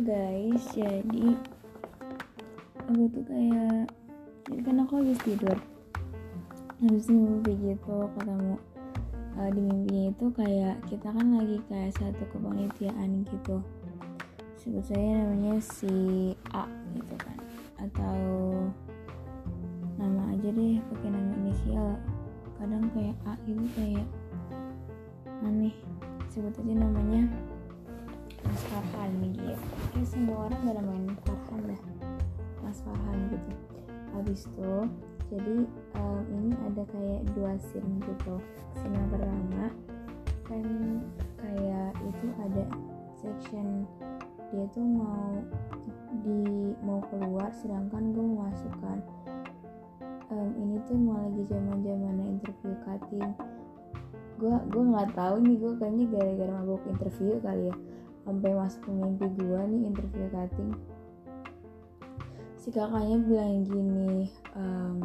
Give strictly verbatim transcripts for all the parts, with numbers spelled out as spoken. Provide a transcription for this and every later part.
guys, jadi aku tuh kayak jadi kan aku habis tidur, habis mimpi gitu ketemu uh, di mimpinya itu kayak kita kan lagi kayak satu kepanitiaan gitu, sebut saya namanya si A gitu kan, atau nama aja deh pakai nama inisial. Kadang kayak A itu kayak aneh, sebut aja namanya Mas Farhan gitu. Kayak semua orang gak main Farhan dah, Mas Farhan gitu. Habis itu jadi um, ini ada kayak dua scene gitu. Scene yang pertama kan kayak itu ada section dia tuh mau di mau keluar, sedangkan gue mau masukkan. Um, ini tuh mau lagi zaman zamannya interview cutting. Gue gue nggak tahu nih, gue kayaknya gara-gara mabuk interview kali ya, sampai masuk ke mimpi gue nih interview cutting. Si kakaknya bilang gini, um,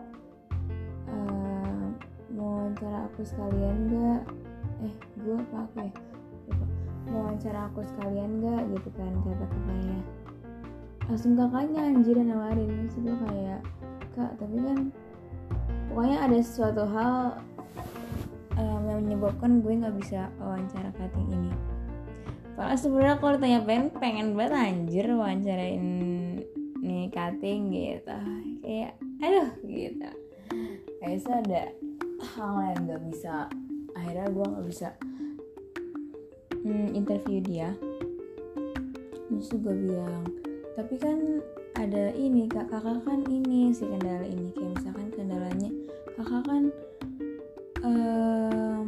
uh, mau wawancara aku sekalian nggak? Eh gue apa aku ya? Lupa. Mau wawancara aku sekalian nggak gitu kan kata kakaknya. Langsung kakaknya anjir nawarin. Terus gue kayak, kak tapi kan pokoknya ada sesuatu hal um, yang menyebabkan gue nggak bisa wawancara cutting ini. Padahal sebenarnya kalau ditanya pengen pengen banget anjir wawancarain nih cutting gitu, kayak aduh gitu. Kayak ada hal yang nggak bisa, akhirnya gue nggak bisa hmm, interview dia. Terus gue bilang, tapi kan ada ini kak, kakak kan ini si kendala ini, kayak misalkan kendalanya kakak kan um,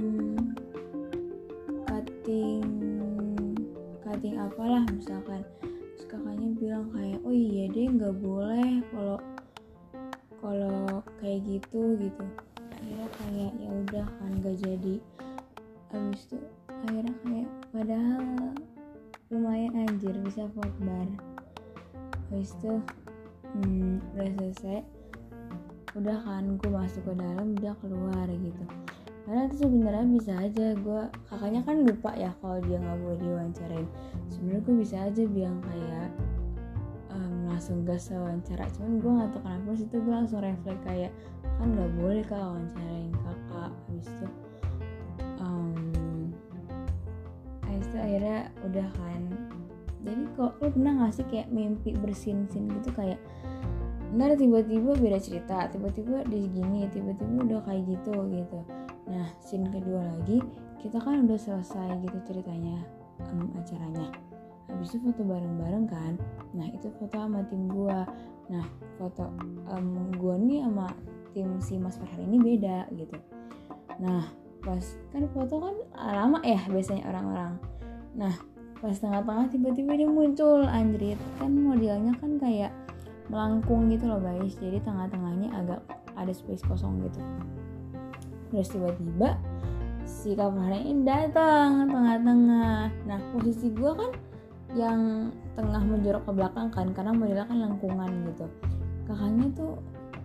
cutting cutting apalah misalkan. Terus kakaknya bilang kayak, oh iya deh nggak boleh kalau kalau kayak gitu gitu. Akhirnya kayak ya udah kan nggak jadi. Abis itu akhirnya kayak padahal lumayan anjir bisa fotbar. Habis itu hmm, udah selesai, udah kan gue masuk ke dalam, udah keluar gitu. Karena itu sebenarnya bisa aja gue, kakaknya kan lupa ya kalau dia nggak boleh diwawancarain. Sebenarnya gue bisa aja bilang kayak um, langsung gas wawancara, cuman gue nggak tahu kenapa situ gue langsung refleks kayak kan nggak boleh kak wawancarain kakak. Habis itu um, habis itu akhirnya udah kan. Jadi kok lo pernah gak sih kayak mimpi bersin-sin gitu, kayak ntar tiba-tiba beda cerita, tiba-tiba di gini, tiba-tiba udah kayak gitu gitu. Nah scene kedua lagi kita kan udah selesai gitu ceritanya, um, acaranya. Habis itu foto bareng-bareng kan. Nah itu foto sama tim gua. Nah foto um, gua nih sama tim si Mas Farhan ini beda gitu. Nah pas kan foto kan lama ya biasanya orang-orang. Nah pas tengah-tengah tiba-tiba dia muncul anjrit, kan modelnya kan kayak melengkung gitu loh guys, jadi tengah-tengahnya agak ada space kosong gitu. Terus tiba-tiba si Kak Farhan ini datang tengah-tengah. Nah posisi gue kan yang tengah menjorok ke belakang kan, karena modelnya kan lengkungan gitu. Kakaknya tuh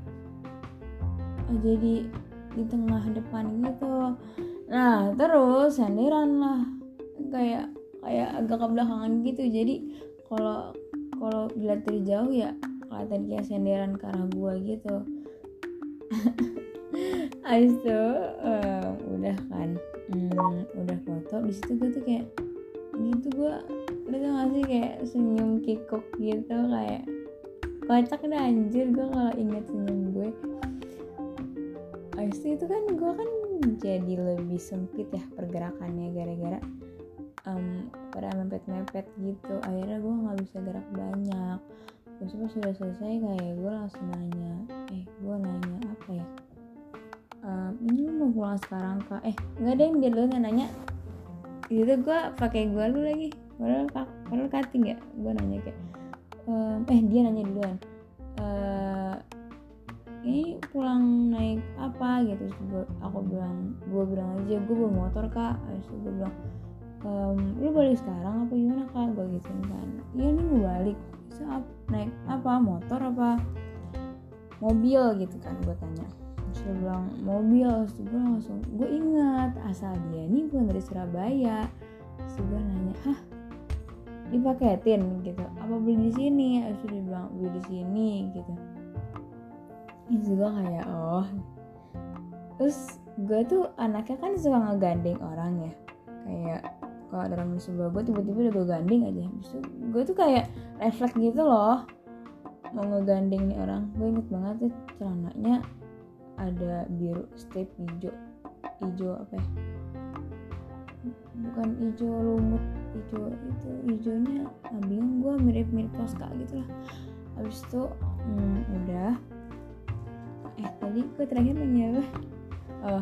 jadi di tengah depan gitu. Nah terus senderan lah, kayak kayak agak ke belakangan gitu. Jadi kalau kalau dilihat dari jauh ya kelihatan kayak senderan ke arah gua gitu. Habis itu um, udah kan um, udah foto. Di situ gue tuh kayak gitu, gue udah tau gak sih kayak senyum kikuk gitu, kayak kocak dah anjir gue kalau inget senyum gue. Habis itu kan gue kan jadi lebih sempit ya pergerakannya gara-gara Um, pada mepet-mepet gitu. Akhirnya gue nggak bisa gerak banyak. Terus pas sudah selesai kayak gue langsung nanya, eh gue nanya apa ya? Um, ini lu mau pulang sekarang kak? Eh nggak ada yang dia dulu yang nanya. Gitu gue pakai gue lu lagi. Padahal padahal cutting ya. Gue nanya kayak, um, eh dia nanya duluan. Uh, ini pulang naik apa gitu? Terus gue, aku bilang, gue bilang aja gue bawa motor kak. Terus gue bilang, Um, lu balik sekarang apa gimana kak? Gue gituin kan. Iya nih gue balik. Bisa ap- naik apa? Motor apa mobil gitu kan, gue tanya. Terus dia bilang mobil. Terus gue langsung gue ingat asal dia nih bukan dari Surabaya. Terus gue nanya, hah dipaketin gitu, apa beli di sini, habis itu dia bilang beli di sini gitu. Itu gue kayak oh. Terus gue tuh anaknya kan suka ngegandeng orang ya, kayak kalau ada orang di sebelah gue tiba-tiba udah gue gandeng aja. Habis itu gue tuh kayak refleks gitu loh mau ngegandeng nih orang. Gue inget banget tuh celananya ada biru strip hijau, hijau apa ya, bukan hijau lumut, hijau itu hijaunya nah, bingung gue, mirip-mirip Posca gitu lah. Habis itu hmm, udah eh tadi gue terakhir nanya apa, oh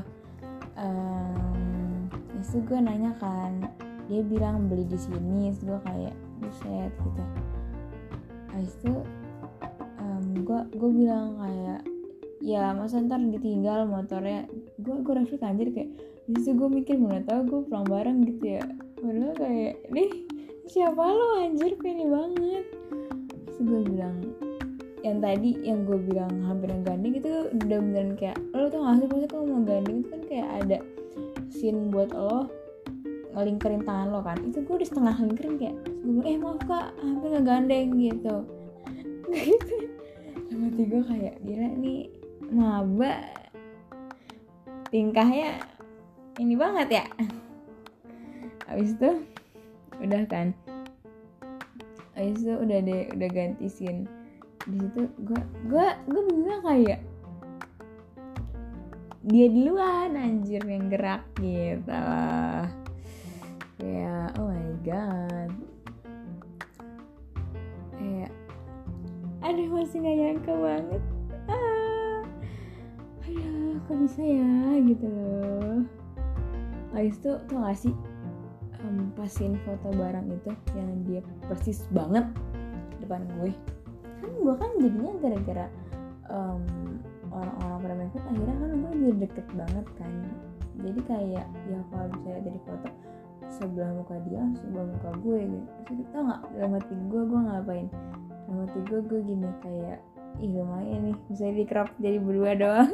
um, itu gue nanya kan, dia bilang beli di sini, terus gue kayak buset gitu. Habis itu um, gue gue bilang kayak ya masa ntar ditinggal motornya, gue gue refleks anjir kayak justru gue mikir mana tau gue pulang bareng gitu ya, padahal kayak nih siapa lo anjir pede banget. Terus gue bilang yang tadi yang gue bilang hampir ngegandeng itu udah beneran kayak lo tau gak sih maksudnya kalau mau gandeng itu kan kayak ada scene buat lo ngelingkerin tangan lo kan, itu gue udah setengah lingkerin kayak gue bilang eh maaf kak hampir ngegandeng gitu gitu. Sama hati gue kayak gila nih maba tingkahnya ini banget ya. Habis itu udah kan, habis itu udah deh udah ganti scene. Di situ gue gue gue bener kayak dia duluan anjir yang gerak gitu. Kayak oh my god, kayak aduh masih gak nyangka banget. Ah, aduh kok bisa ya gitu loh. Habis itu tau gak sih um, pasin foto barang itu yang dia persis banget depan gue. Kan gue kan jadinya gara-gara um, orang-orang pada main foto, akhirnya kan gue jadi deket banget kan. Jadi kayak ya kalau misalnya dari foto sebelah muka dia, sebelah muka gue gitu. Terus tau gak dalam hati gue, gue ngapain? Dalam hati gue, gue gini kayak ih lumayan nih bisa di crop jadi berdua doang.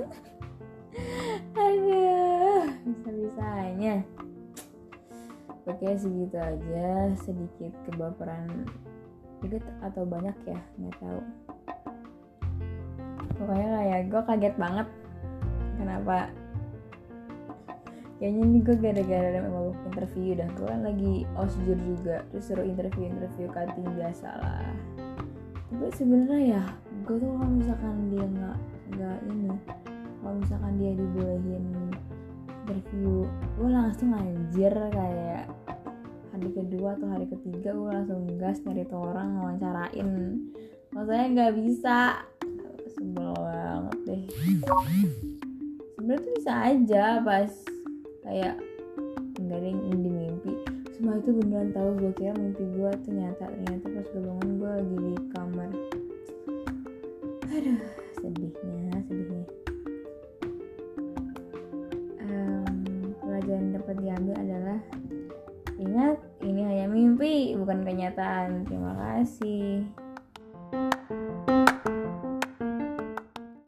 Aduh bisa-bisanya. Oke segitu aja, sedikit kebaperan dikit atau banyak ya nggak tahu. Pokoknya kayak gue kaget banget kenapa kayaknya nih gue gara-gara ada mabuk interview dah. Gue kan lagi osjur juga, terus suruh interview-interview cutting biasa lah. Tapi sebenarnya ya gue tuh kalau misalkan dia nggak nggak ini, kalau misalkan dia dibolehin interview, gue langsung anjir kayak hari kedua atau hari ketiga gue langsung gas nyari tuh orang wawancarain. Maksudnya nggak bisa, sebel banget deh. Sebenarnya tuh bisa aja pas kayak enggak ada yang di mimpi. Semua itu beneran tahu, gue kira mimpi gue tuh nyata, ternyata pas gue bangun gue lagi di kamar. Aduh sedihnya sedihnya. Um, pelajaran dapat diambil adalah ingat ini hanya mimpi bukan kenyataan. Terima kasih.